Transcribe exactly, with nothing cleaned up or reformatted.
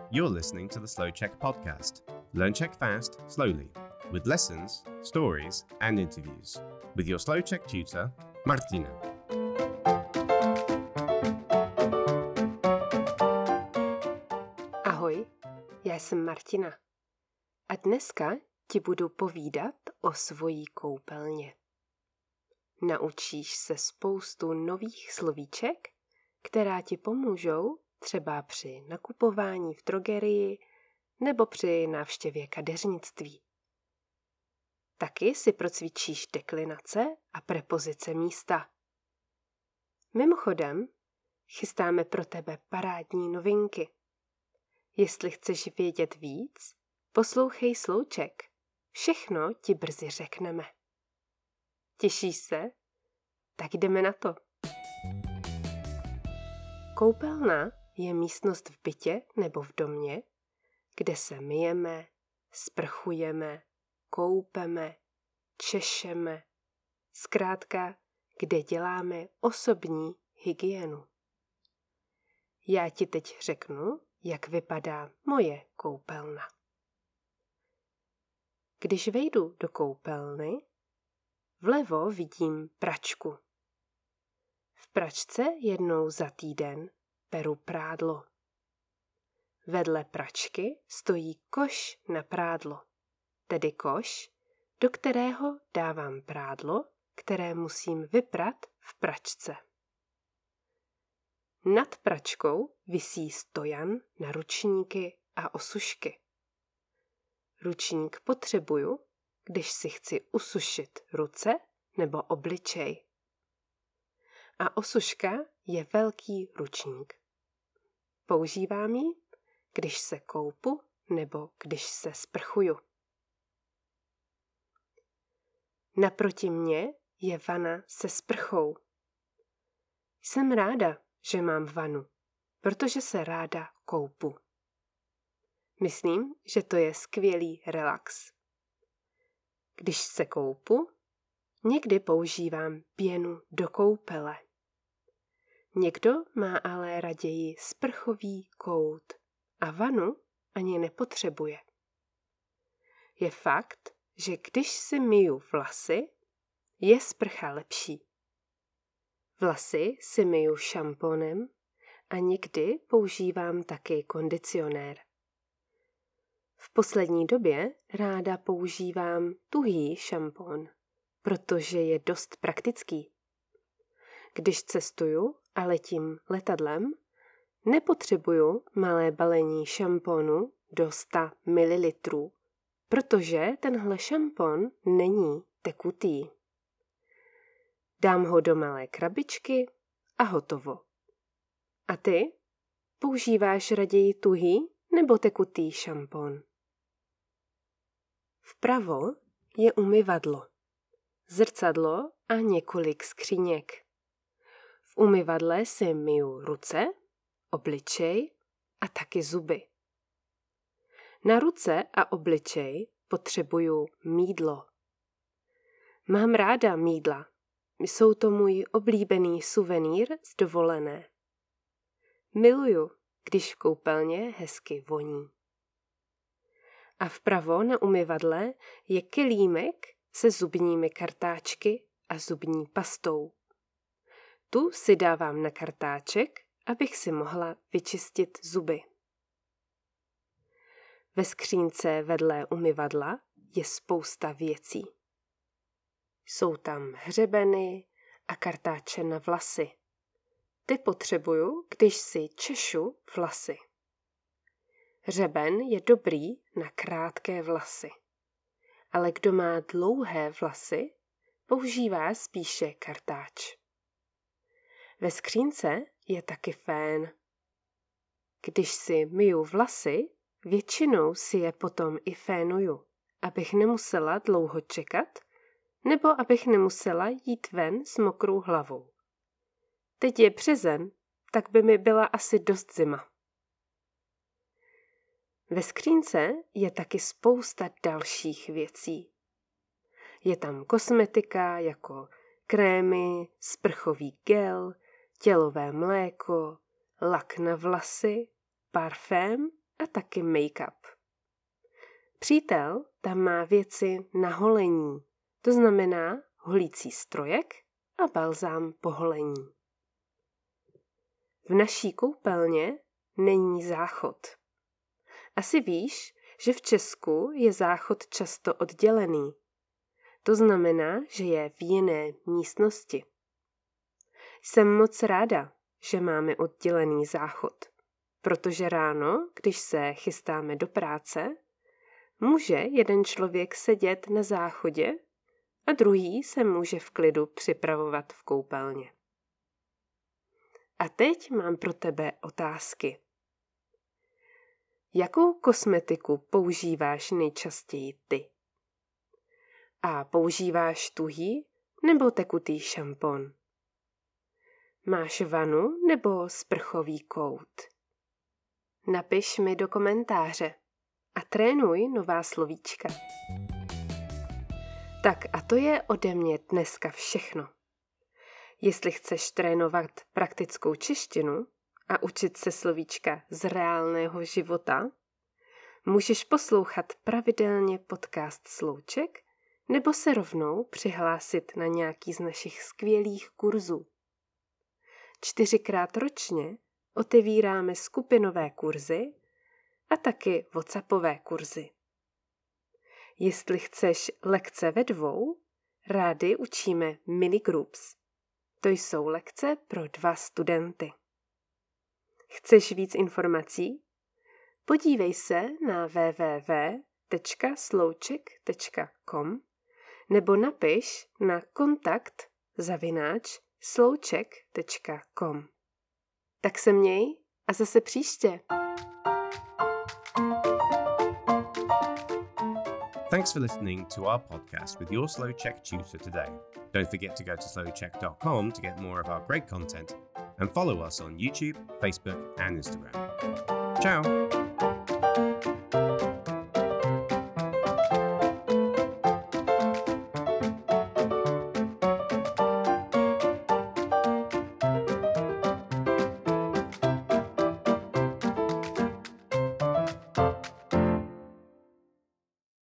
You're listening to the Slow Czech podcast. Learn Czech fast, slowly, with lessons, stories, and interviews. With your Slow Czech tutor, Martina. Ahoj, já jsem Martina a dneska ti budu povídat o svojí koupelně. Naučíš se spoustu nových slovíček, která ti pomůžou třeba při nakupování v drogerii nebo při návštěvě kadeřnictví. Taky si procvičíš deklinace a prepozice místa. Mimochodem, chystáme pro tebe parádní novinky. Jestli chceš vědět víc, poslouchej Slouček. Všechno ti brzy řekneme. Těšíš se? Tak jdeme na to. Koupelna je místnost v bytě nebo v domě, kde se myjeme, sprchujeme, koupeme, češeme, zkrátka, kde děláme osobní hygienu. Já ti teď řeknu, jak vypadá moje koupelna. Když vejdu do koupelny, vlevo vidím pračku. V pračce jednou za týden peru prádlo. Vedle pračky stojí koš na prádlo, tedy koš, do kterého dávám prádlo, které musím vyprat v pračce. Nad pračkou visí stojan na ručníky a osušky. Ručník potřebuju, když si chci usušit ruce nebo obličej. A osuška je velký ručník. Používám ji, když se koupu nebo když se sprchuju. Naproti mně je vana se sprchou. Jsem ráda, že mám vanu, protože se ráda koupu. Myslím, že to je skvělý relax. Když se koupu, někdy používám pěnu do koupele. Někdo má ale raději sprchový kout a vanu ani nepotřebuje. Je fakt, že když si myju vlasy, je sprcha lepší. Vlasy si myju šamponem a někdy používám taky kondicionér. V poslední době ráda používám tuhý šampon, protože je dost praktický. Když cestuju a letím letadlem, nepotřebuju malé balení šamponu do sto mililitrů, protože tenhle šampon není tekutý. Dám ho do malé krabičky a hotovo. A ty? Používáš raději tuhý nebo tekutý šampon? Vpravo je umyvadlo, zrcadlo a několik skříněk. V umyvadle si myju ruce, obličej a taky zuby. Na ruce a obličej potřebuju mýdlo. Mám ráda mýdla. Jsou to můj oblíbený suvenýr z dovolené. Miluju, když v koupelně hezky voní. A vpravo na umyvadle je kelímek se zubními kartáčky a zubní pastou. Tu si dávám na kartáček, abych si mohla vyčistit zuby. Ve skřínce vedle umyvadla je spousta věcí. Jsou tam hřebeny a kartáče na vlasy. Ty potřebuju, když si češu vlasy. Hřeben je dobrý na krátké vlasy, ale kdo má dlouhé vlasy, používá spíše kartáč. Ve skřínce je taky fén. Když si myju vlasy, většinou si je potom i fénuju, abych nemusela dlouho čekat, nebo abych nemusela jít ven s mokrou hlavou. Teď je březen, tak by mi byla asi dost zima. Ve skřínce je taky spousta dalších věcí. Je tam kosmetika jako krémy, sprchový gel, tělové mléko, lak na vlasy, parfém a taky make-up. Přítel tam má věci na holení, to znamená holící strojek a balzám po holení. V naší koupelně není záchod. Asi víš, že v Česku je záchod často oddělený. To znamená, že je v jiné místnosti. Jsem moc ráda, že máme oddělený záchod, protože ráno, když se chystáme do práce, může jeden člověk sedět na záchodě a druhý se může v klidu připravovat v koupelně. A teď mám pro tebe otázky. Jakou kosmetiku používáš nejčastěji ty? A používáš tuhý nebo tekutý šampon? Máš vanu nebo sprchový kout? Napiš mi do komentáře a trénuj nová slovíčka. Tak a to je ode mě dneska všechno. Jestli chceš trénovat praktickou češtinu a učit se slovíčka z reálného života, můžeš poslouchat pravidelně podcast Slouček nebo se rovnou přihlásit na nějaký z našich skvělých kurzů. Čtyřikrát ročně otevíráme skupinové kurzy a taky WhatsAppové kurzy. Jestli chceš lekce ve dvou, rádi učíme minigroups. To jsou lekce pro dva studenty. Chceš víc informací? Podívej se na w w w tečka slouček tečka com nebo napiš na kontakt zavináč slouček tečka com. Tak se měj a zase příště. Thanks for listening to our podcast with your Slow Czech tutor today. Don't forget to go to slow czech dot com to get more of our great content and follow us on YouTube, Facebook, and Instagram. Ciao!